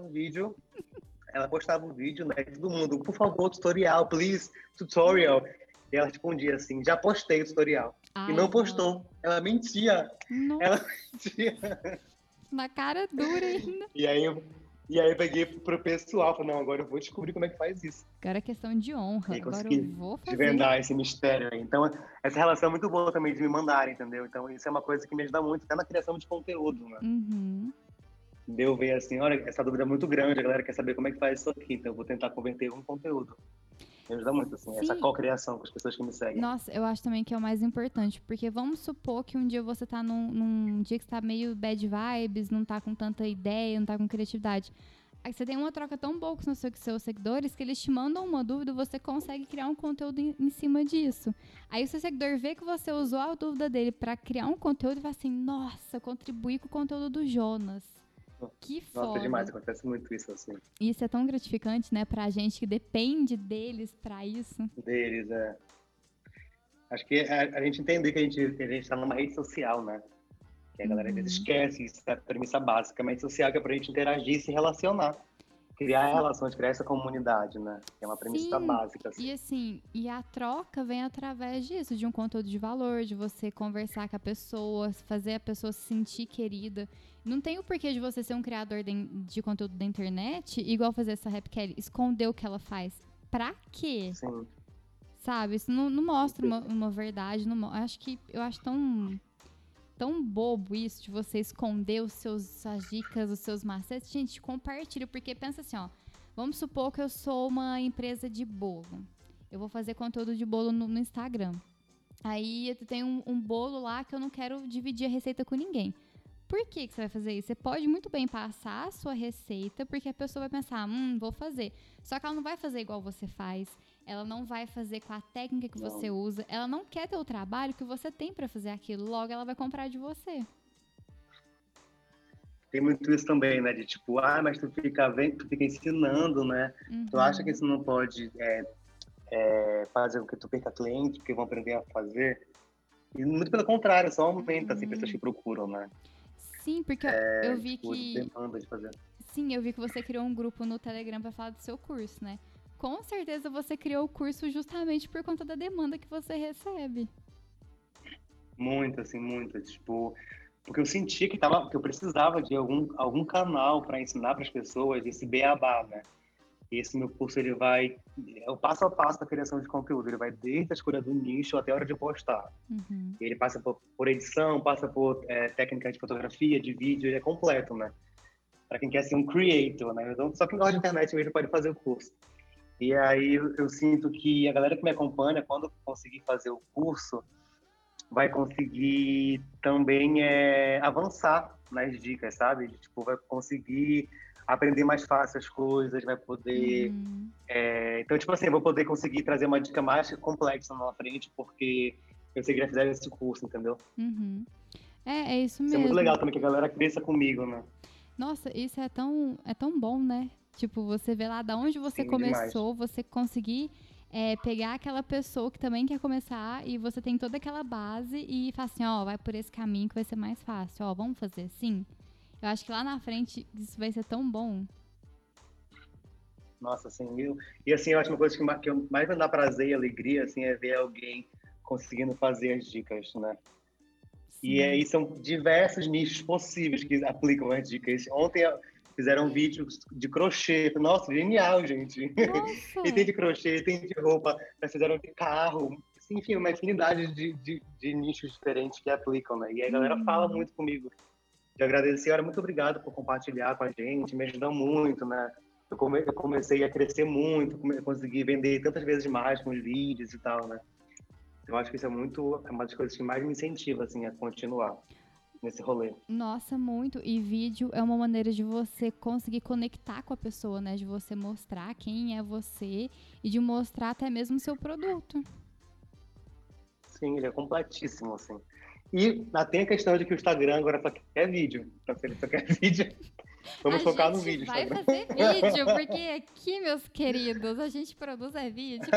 Ela postava um vídeo, né? Todo mundo, por favor, tutorial, please, tutorial. E ela respondia assim, já postei o tutorial. E Ai, não não. postou. Ela mentia. Ela Nossa, mentia. na cara dura ainda. E aí eu peguei pro pessoal, falei, não, agora eu vou descobrir como é que faz isso. Agora é questão de E honra. aí Agora eu consegui vou fazer. desvendar esse mistério aí. Então, essa relação é muito boa também de me mandarem, entendeu? Então, isso é uma coisa que me ajuda muito, até na criação de conteúdo, né? Uhum. De eu ver assim, olha, essa dúvida é muito grande, a galera quer saber como é que faz isso aqui, então eu vou tentar converter um conteúdo. Me ajuda muito, assim, essa Sim. co-criação com as pessoas que me seguem. Nossa, eu acho também que é o mais importante, porque vamos supor que um dia você tá num dia que você tá meio bad vibes, não tá com tanta ideia, não tá com criatividade. Aí você tem uma troca tão boa com os seus seguidores que eles te mandam uma dúvida e você consegue criar um conteúdo em cima disso. Aí o seu seguidor vê que você usou a dúvida dele pra criar um conteúdo e fala assim, nossa, contribuí com o conteúdo do Jonas. Que Nossa, é demais, foda. acontece muito isso, assim, E isso é tão gratificante, né, pra gente que depende deles pra isso. deles, é. Acho que a gente entender que a gente tá numa rede social, né? Que a galera às vezes Uhum. esquece, isso é a premissa básica, mas social que é pra gente interagir e se relacionar. Criar Sim. relações, criar essa comunidade, né? Que é uma premissa Sim, básica, assim. e assim, e a troca vem através disso, de um conteúdo de valor, de você conversar com a pessoa, fazer a pessoa se sentir querida. Não tem o porquê de você ser um criador de conteúdo da internet, igual fazer essa Rap Kelly, esconder o que ela faz. Pra quê? Sim. Sabe? Isso não mostra uma verdade. Eu acho tão bobo isso de você esconder suas dicas, os seus macetes. Gente, compartilha, porque pensa assim, ó. Vamos supor que eu sou uma empresa de bolo. Eu vou fazer conteúdo de bolo no Instagram. Aí eu tenho um bolo lá que eu não quero dividir a receita com ninguém. Por que você vai fazer isso? Você pode muito bem passar a sua receita, porque a pessoa vai pensar, vou fazer. Só que ela não vai fazer igual você faz. Ela não vai fazer com a técnica que você usa. Ela não quer ter o trabalho que você tem pra fazer aquilo. Logo, ela vai comprar de você. Tem muito isso também, né? De tipo, mas tu fica vendo, tu fica ensinando, né? Tu acha que Uhum. isso não pode fazer com que tu perca cliente, porque vão aprender a fazer? E muito pelo contrário, só aumenta, assim, pessoas que procuram, né? Sim, porque eu vi Tipo, que. demanda de fazer. Sim, eu vi que você criou um grupo no Telegram pra falar do seu curso, né? Com certeza você criou o curso justamente por conta da demanda que você recebe. Muito, assim, muito. Tipo, porque eu sentia que eu precisava de algum canal para ensinar para as pessoas esse beabá, né? E esse meu curso, ele vai... É o passo a passo da criação de conteúdo. Ele vai desde a escolha do nicho até a hora de postar. Uhum. Ele passa por edição, passa por técnica de fotografia, de vídeo, ele é completo, né? Para quem quer ser um creator, né? Então, só quem gosta de internet mesmo pode fazer o curso. E aí eu sinto que a galera que me acompanha, quando conseguir fazer o curso, vai conseguir também avançar nas dicas, sabe? Tipo, vai conseguir aprender mais fácil as coisas, vai poder... Uhum. Então, tipo assim, eu vou poder conseguir trazer uma dica mais complexa na frente, porque eu sei que já fizeram esse curso, entendeu? Uhum. É isso Isso é muito mesmo. legal também, que a galera cresça comigo, né? Nossa, isso é tão bom, né? Tipo, você vê lá da onde você Sim, demais. começou, você conseguir pegar aquela pessoa que também quer começar e você tem toda aquela base e falar assim, ó, vai por esse caminho que vai ser mais fácil, ó, vamos fazer assim? Eu acho que lá na frente isso vai ser tão bom. Nossa, assim, e assim, eu acho uma coisa que mais me dá prazer e alegria, assim, é ver alguém conseguindo fazer as dicas, né? E Sim. aí são diversos nichos possíveis que aplicam as dicas. Ontem fizeram um vídeo de crochê. Nossa, genial, gente. E tem Nossa! de crochê, tem de roupa, já fizeram de carro. Assim, enfim, uma infinidade de nichos diferentes que aplicam, né? E aí a galera fala Uhum. muito comigo. De agradecer, olha, muito obrigado por compartilhar com a gente, me ajudou muito, né? Eu comecei a crescer muito, consegui vender tantas vezes mais com os vídeos e tal, né? Eu acho que isso é uma das coisas que mais me incentiva, assim, a continuar nesse rolê. Nossa, muito. E vídeo é uma maneira de você conseguir conectar com a pessoa, né? De você mostrar quem é você e de mostrar até mesmo o seu produto. Sim, ele é completíssimo, assim. E tem a questão de que o Instagram agora só quer vídeo. Então, se ele só quer vídeo, Vamos A focar no gente vídeo, vai Instagram. fazer vídeo, porque aqui, meus queridos, a gente produz vídeo.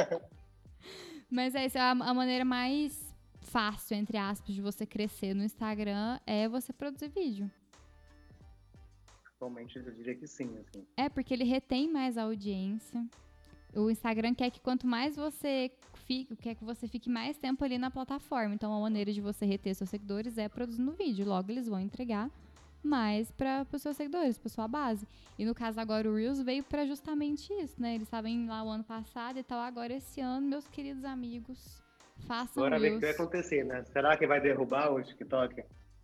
Mas essa é a maneira mais fácil, entre aspas, de você crescer no Instagram é você produzir vídeo. Atualmente eu diria que sim, assim. É, porque ele retém mais a audiência. O Instagram quer que quanto mais você fique, quer que você fique mais tempo ali na plataforma. Então, a maneira de você reter seus seguidores é produzindo vídeo. Logo, eles vão entregar mais para os seus seguidores, para sua base. E no caso agora o Reels veio para justamente isso, né? Eles estavam lá o ano passado e tal. Agora esse ano, meus queridos amigos, façam Bora ver o Reels. que vai acontecer, né? Será que vai derrubar o TikTok?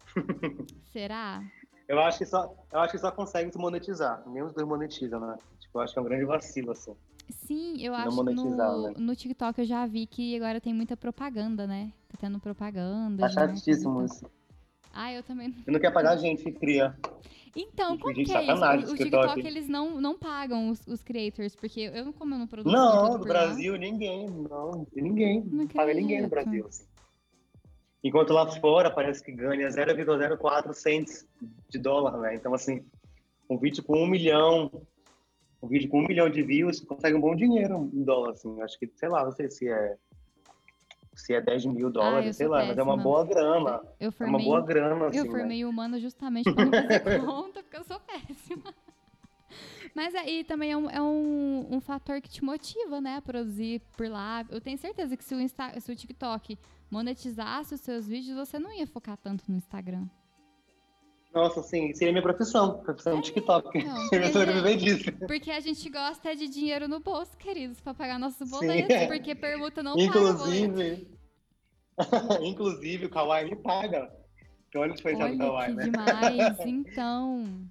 Será? Eu acho que só consegue se monetizar. Nem os dois monetizam, né? Tipo, eu acho que é um grande vacilo, assim. Sim, eu Não acho que monetizar, no, né? no TikTok eu já vi que agora tem muita propaganda, né? Tá tendo propaganda Tá de marcas e chatíssimo tal. isso. Ah, eu também. E não quer pagar a gente que cria. Então, como Gente, que é isso? sacanagem, O TikTok, TikTok. eles não pagam os creators, porque como eu não produzo Não, conteúdo no por lá, Brasil, ninguém. Não, ninguém. não Não paga ninguém no acredito. Brasil, assim. Enquanto lá fora parece que ganha 0,04 cents de dólar, né? Então, assim, um vídeo com 1 milhão, um vídeo com 1 milhão de views, você consegue um bom dinheiro em dólar, assim. Acho que, sei lá, não sei se é 10 mil Ah, eu dólares, sei sou lá, mas é uma péssima. boa grana. Eu É uma boa formei, grana, eu assim, né? formei humana justamente pra não fazer conta, porque eu sou péssima. Mas aí também é um fator que te motiva, né, a produzir por lá. Eu tenho certeza que se o TikTok monetizasse os seus vídeos, você não ia focar tanto no Instagram. Nossa, assim, seria minha profissão de TikTok. Então, Eu ia sobreviver disso. porque a gente gosta de dinheiro no bolso, queridos, pra pagar nossos Sim. boletos, porque permuta não paga boleto. Inclusive, inclusive, o Kawaii me paga. Então, olha a diferença do Olha que Kawaii, né? demais, então.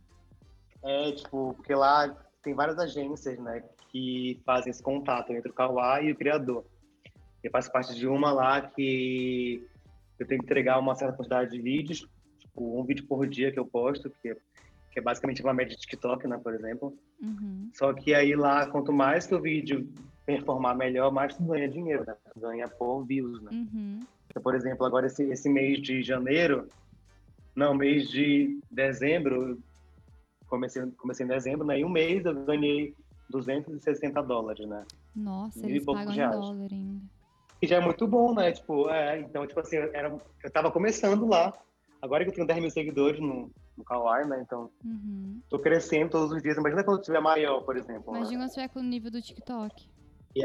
É, tipo, porque lá tem várias agências, né, que fazem esse contato entre o Kawaii e o criador. Eu faço parte de uma lá que eu tenho que entregar uma certa quantidade de vídeos, tipo, um vídeo por dia que eu posto, que é basicamente uma média de TikTok, né, por exemplo. Uhum, Só que aí lá, quanto mais que o vídeo performar melhor, mais tu ganha dinheiro, né? Tu ganha por views, né? uhum. Então, por exemplo, agora esse mês de janeiro, não, mês de dezembro, comecei em dezembro, né? Em um mês eu ganhei US$ 260, né? Nossa, Mil e eles poucos pagam em reais. dólar ainda. E já é muito bom, né? Tipo, então, tipo assim, eu tava começando lá. Agora que eu tenho 10 mil seguidores no Kawaii, né? Então, Uhum. tô crescendo todos os dias. Imagina quando eu tiver maior, por exemplo, né? Imagina se tiver com o nível do TikTok. E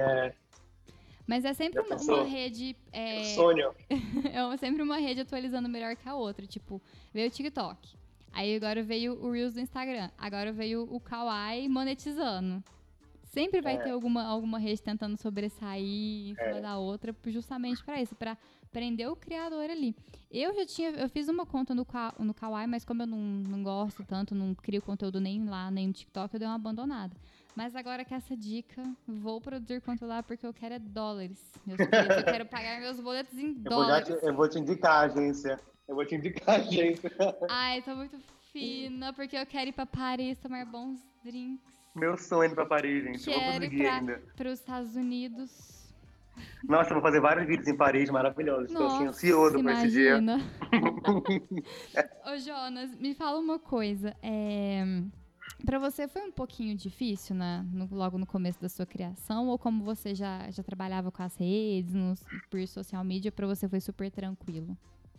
Mas é sempre já uma pensou? rede. Meu sonho. Sempre uma rede atualizando melhor que a outra. Tipo, veio o TikTok. Aí agora veio o Reels do Instagram. Agora veio o Kawaii monetizando. Sempre vai ter É, alguma rede tentando sobressair em cima é. da outra, justamente para isso, para prender o criador ali. Eu fiz uma conta no Kawaii, mas como eu não gosto tanto, não crio conteúdo nem lá, nem no TikTok, eu dei uma abandonada. Mas agora com essa dica, vou produzir conteúdo lá porque eu quero dólares, meus queridos. Eu quero pagar meus boletos em dólares. Eu vou te indicar a agência. Eu vou te indicar a agência. Ai, tô muito fina, porque eu quero ir pra Paris tomar bons drinks. Meu sonho pra Paris, gente. Eu vou Quero ir conseguir ainda. para os Estados Unidos. Nossa, eu vou fazer vários vídeos em Paris maravilhosos. Estou assim, Nossa, ansioso por esse dia. imagina. Ô, Jonas, me fala uma coisa. Para você foi um pouquinho difícil logo no começo da sua criação? Ou como você já trabalhava com as redes, por social media, para você foi super tranquilo?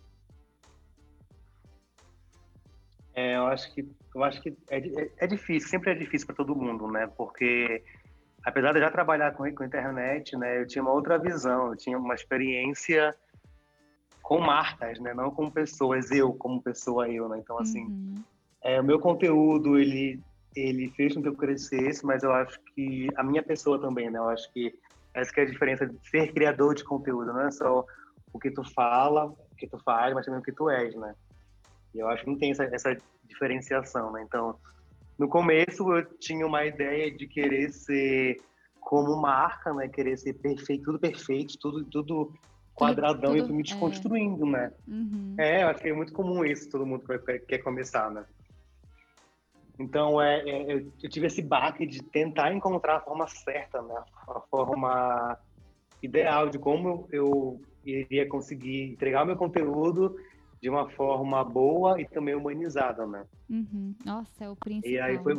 Eu acho que é difícil, sempre é difícil para todo mundo, né? Porque apesar de eu já trabalhar com internet, né, eu tinha uma outra visão, eu tinha uma experiência com marcas, né, não com pessoas, eu como pessoa eu, né? Então assim, Uhum. o meu conteúdo ele fez com que eu crescesse, mas eu acho que a minha pessoa também, né? Eu acho que essa que é a diferença de ser criador de conteúdo, não é só o que tu fala, o que tu faz, mas também o que tu és, né? E eu acho que não tem essa diferenciação, né? Então, no começo eu tinha uma ideia de querer ser como marca, né? Querer ser perfeito, tudo quadradão, e eu Tudo, fui me desconstruindo, né? uhum. Eu acho que é muito comum isso, todo mundo que quer começar, né? Então, eu tive esse baque de tentar encontrar a forma certa, né? A forma ideal de como eu iria conseguir entregar o meu conteúdo de uma forma boa e também humanizada, né? Uhum. Nossa, é o E aí principal. foi...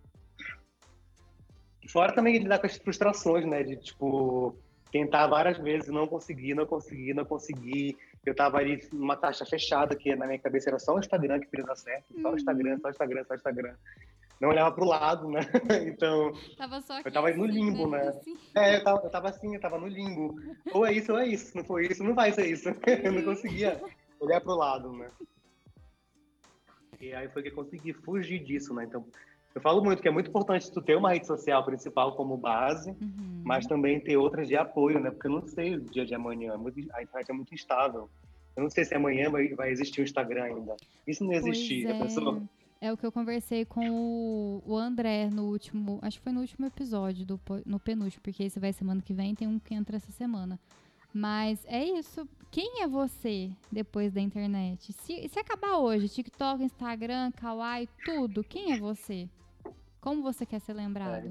Fora também lidar com as frustrações, né? De, tipo, tentar várias vezes, não conseguir, não conseguir, não conseguir. Eu tava ali numa caixa fechada, que na minha cabeça era só o Instagram que podia dar certo. Só o Instagram, Uhum. só o Instagram, só o Instagram. Não olhava pro lado, né? Então, Tava só eu aqui tava no assim, limbo, né? né? Assim. Eu tava assim, eu tava no limbo. Ou é isso. Se não for isso, não vai ser isso. Eu não Uhum. conseguia olhar pro lado, né? E aí foi que eu consegui fugir disso, né? Então, eu falo muito que é muito importante tu ter uma rede social principal como base, mas Uhum. também ter outras de apoio, né? Porque eu não sei o dia de amanhã, a internet é muito instável. Eu não sei se amanhã vai existir o Instagram ainda. E se não Pois existir, já é. pensou? É o que eu conversei com o André no último. Acho que foi no último episódio, no penúltimo, porque esse vai semana que vem, tem um que entra essa semana. Mas é isso. Quem é você depois da internet? Se acabar hoje, TikTok, Instagram, Kawaii, tudo, quem é você? Como você quer ser É, lembrado?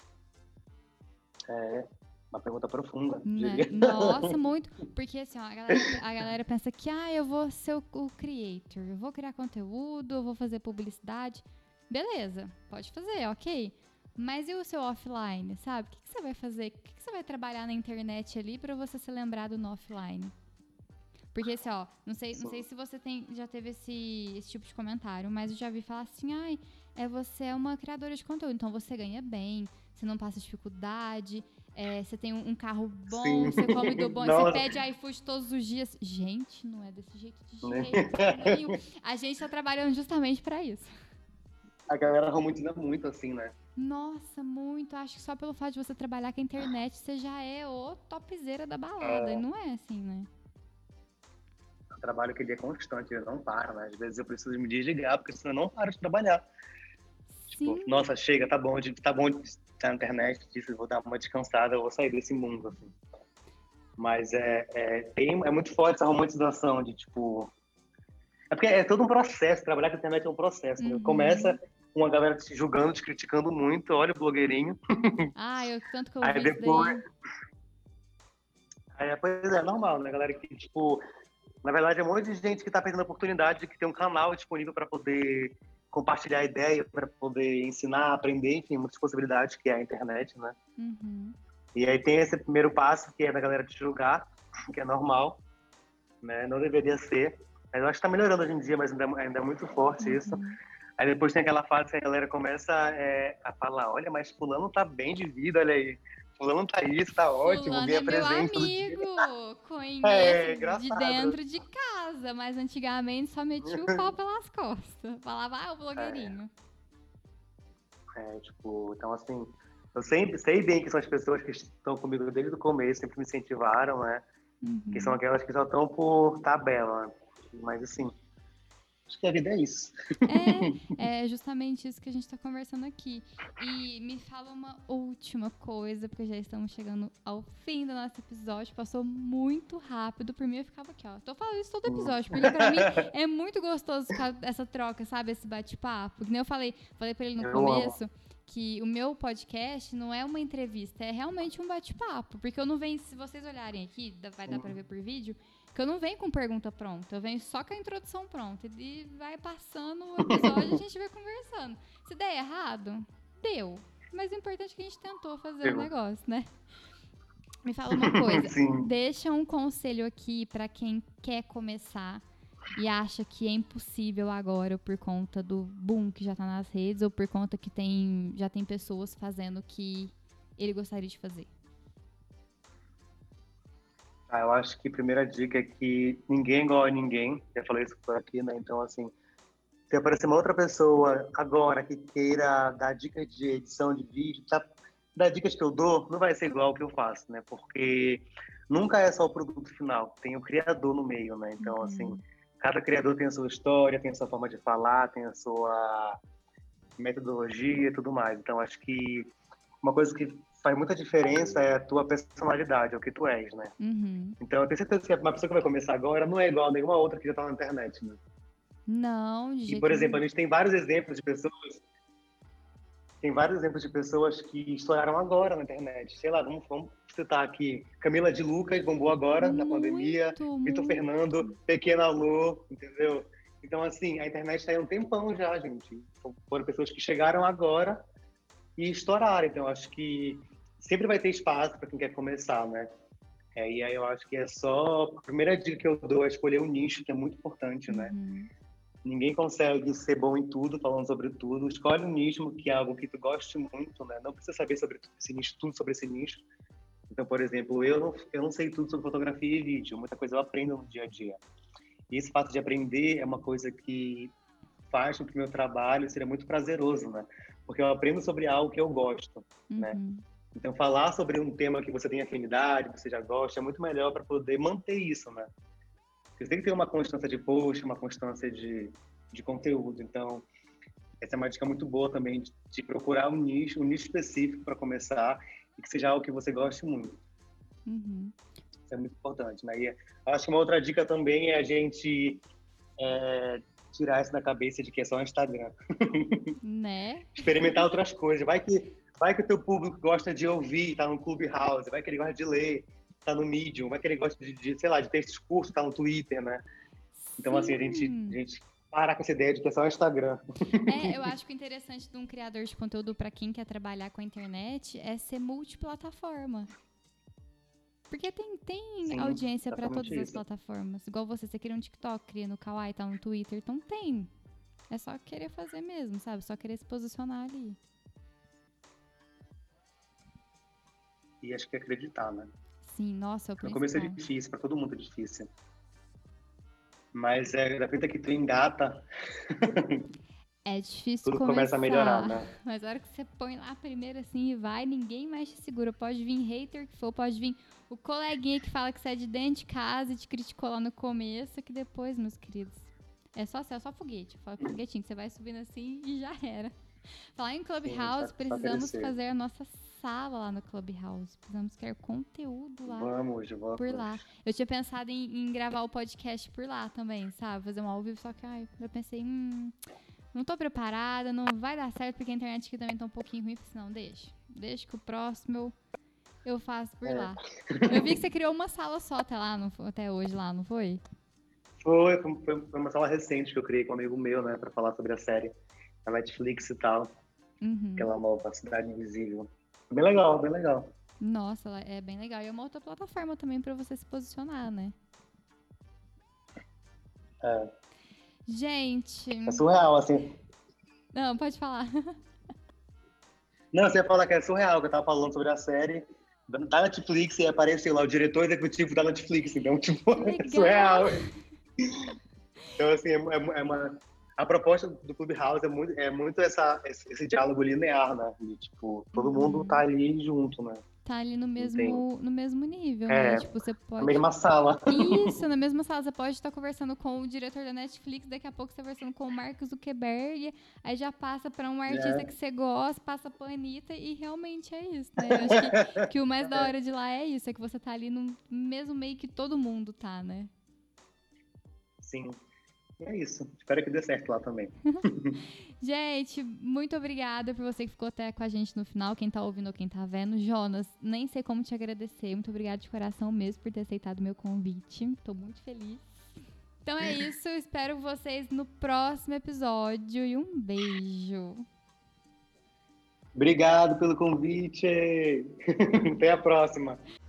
é uma pergunta profunda, Né? diria. Nossa, muito. Porque assim, ó, a galera pensa que eu vou ser o creator, eu vou criar conteúdo, eu vou fazer publicidade. Beleza, pode fazer, ok. Mas e o seu offline, sabe? O que você vai fazer? O que você vai trabalhar na internet ali pra você ser lembrado no offline? Porque assim, ó, não sei Sim, se você já teve esse tipo de comentário, mas eu já vi falar assim, você é uma criadora de conteúdo, então você ganha bem, você não passa dificuldade, você tem um carro bom, sim. você come do bom, você Nossa, pede iFood todos os dias. Gente, não é desse jeito de né? jeito nenhum. A gente tá trabalhando justamente pra isso. A galera romantiza muito assim, né? Nossa, muito. Acho que só pelo fato de você trabalhar com a internet, você já é o topzera da balada. E É, não é assim, né? um trabalho que ele é constante, ele não para, né? Às vezes eu preciso me desligar, porque senão eu não paro de trabalhar. Tipo, Sim. nossa, chega, tá bom de estar na internet, disso, vou dar uma descansada, eu vou sair desse mundo, assim. Mas é muito forte essa romantização de, tipo... É porque é todo um processo, trabalhar com a internet é um processo, né? Começa Uhum. com uma galera te julgando, te criticando muito, olha o blogueirinho. Tanto que eu Aí vi isso depois... daí. Pois é, normal, né, galera? Que, tipo, na verdade, é um monte de gente que está perdendo a oportunidade, que tem um canal disponível para poder compartilhar ideia, para poder ensinar, aprender, enfim, muitas possibilidades que é a internet, né? Uhum. E aí tem esse primeiro passo, que é da galera te julgar, que é normal, né? Não deveria ser. Mas eu acho que está melhorando hoje em dia, mas ainda é muito forte isso. Uhum. Aí depois tem aquela fase que a galera começa a falar, olha, mas fulano tá bem de vida, olha aí. Fulano tá isso, tá ótimo, Fulano é ganha meu presente todo dia. amigo. Conheço É de engraçado. dentro de casa, mas antigamente só metia o pau pelas costas. Falava, o É, blogueirinho. tipo, então assim, eu sempre sei bem que são as pessoas que estão comigo desde o começo, sempre me incentivaram, né? Que são Uhum. aquelas que só estão por tabela, né? Mas assim, acho que a vida é isso. É justamente isso que a gente tá conversando aqui. E me fala uma última coisa, porque já estamos chegando ao fim do nosso episódio. Passou muito rápido. Por mim, eu ficava aqui, ó. Tô falando isso todo episódio, porque pra mim é muito gostoso ficar essa troca, sabe? Esse bate-papo. Que nem eu falei pra ele no Eu amo. começo que o meu podcast não é uma entrevista, é realmente um bate-papo. Porque eu não venho, se vocês olharem aqui, vai dar pra ver por vídeo, que eu não venho com pergunta pronta, eu venho só com a introdução pronta. E vai passando o episódio e a gente vai conversando. Se der errado, deu. Mas o importante é que a gente tentou fazer o Eu. negócio, né? Me fala uma coisa, Sim. deixa um conselho aqui pra quem quer começar e acha que é impossível agora por conta do boom que já tá nas redes ou por conta que já tem pessoas fazendo o que ele gostaria de fazer. Eu acho que a primeira dica é que ninguém é igual a ninguém. Já falei isso por aqui, né? Então, assim, se aparecer uma outra pessoa agora que queira dar dicas de edição de vídeo, dar dicas que eu dou, não vai ser igual ao que eu faço, né? Porque nunca é só o produto final, tem o criador no meio, né? Então, assim, Uhum. cada criador tem a sua história, tem a sua forma de falar, tem a sua metodologia e tudo mais. Então, acho que uma coisa que faz muita diferença é a tua personalidade, é o que tu és, né? Uhum. Então, eu tenho certeza que uma pessoa que vai começar agora não é igual a nenhuma outra que já está na internet, né? Não, de E, por jeito exemplo, a nenhum. gente tem vários exemplos de pessoas tem vários exemplos de pessoas que estouraram agora na internet. Sei lá, vamos citar aqui. Camila de Lucas bombou agora, na pandemia. Vitor Fernando, Pequena Lô, entendeu? Então, assim, a internet está aí há um tempão já, gente. Foram pessoas que chegaram agora e estouraram. Então, acho que sempre vai ter espaço para quem quer começar, né? E aí eu acho que é só... A primeira dica que eu dou é escolher um nicho, que é muito importante, né? Ninguém consegue ser bom em tudo, falando sobre tudo. Escolhe um nicho que é algo que tu goste muito, né? Não precisa saber sobre esse nicho, tudo sobre esse nicho. Então, por exemplo, eu não sei tudo sobre fotografia e vídeo. Muita coisa eu aprendo no dia a dia. E esse fato de aprender é uma coisa que faz com que o meu trabalho seja muito prazeroso, né? Porque eu aprendo sobre algo que eu gosto, né? Então, falar sobre um tema que você tem afinidade, que você já gosta, é muito melhor para poder manter isso, né? Você tem que ter uma constância de post, uma constância de conteúdo. Então, essa é uma dica muito boa também, de procurar um nicho específico para começar e que seja algo que você goste muito. Isso é muito importante, né? E acho que uma outra dica também é a gente tirar isso da cabeça de que é só Instagram. Né? Experimentar outras coisas. Vai que o teu público gosta de ouvir, tá no Clubhouse, vai que ele gosta de ler, tá no Medium, vai que ele gosta de sei lá, de textos curtos, tá no Twitter, né? Então, assim, a gente parar com essa ideia de que é só Instagram. Eu acho que o interessante de um criador de conteúdo para quem quer trabalhar com a internet é ser multiplataforma. Porque tem audiência para todas as plataformas. Igual você cria um TikTok, cria no Kawaii, tá no Twitter, então tem. É só querer fazer mesmo, sabe? Só querer se posicionar ali. E acho que acreditar, né? Sim, nossa, o principal. No começo é difícil, para todo mundo é difícil. Mas da feita que tu engata... É difícil tudo começar, começa a melhorar, né? Mas a hora que você põe lá primeiro assim e vai, ninguém mais te segura. Pode vir hater que for, pode vir o coleguinha que fala que você é de dentro de casa e te criticou lá no começo, que depois, meus queridos, é só foguete. Fala foguetinho, que você vai subindo assim e já era. Falar em Clubhouse, precisamos fazer a nossa sala lá no Clubhouse. Precisamos criar conteúdo lá. Vamos. Por lá. Eu tinha pensado em gravar o podcast por lá também, sabe? Fazer um ao vivo, só que eu pensei, não tô preparada, não vai dar certo, porque a internet aqui também tá um pouquinho ruim. Falei assim, não, deixa que o próximo eu faço por lá. Eu vi que você criou uma sala só até hoje lá, não foi? Foi uma sala recente que eu criei com um amigo meu, né, pra falar sobre a série da Netflix e tal. Aquela nova Cidade Invisível. Bem legal, bem legal. Nossa, ela é bem legal. E é uma outra plataforma também pra você se posicionar, né? Gente... É surreal, assim. Não, pode falar. Não, você ia falar que é surreal, que eu tava falando sobre a série da Netflix e apareceu lá o diretor executivo da Netflix. Então, tipo, é surreal. Então, assim, a proposta do Clubhouse é muito esse diálogo linear, né? E, tipo, todo mundo tá ali junto, né? Tá ali no mesmo nível, né? Tipo, você pode... Na mesma sala. Isso, na mesma sala. Você pode estar conversando com o diretor da Netflix, daqui a pouco você tá conversando com o Mark Zuckerberg, aí já passa pra um artista que você gosta, passa pra Anitta, e realmente é isso, né? Eu acho que o mais da hora de lá é isso, é que você tá ali no mesmo meio que todo mundo tá, né? Sim. É isso. Espero que dê certo lá também. Gente, muito obrigada por você que ficou até com a gente no final, quem tá ouvindo ou quem tá vendo. Jonas, nem sei como te agradecer. Muito obrigada de coração mesmo por ter aceitado o meu convite. Tô muito feliz. Então é isso. Espero vocês no próximo episódio e um beijo. Obrigado pelo convite. Até a próxima.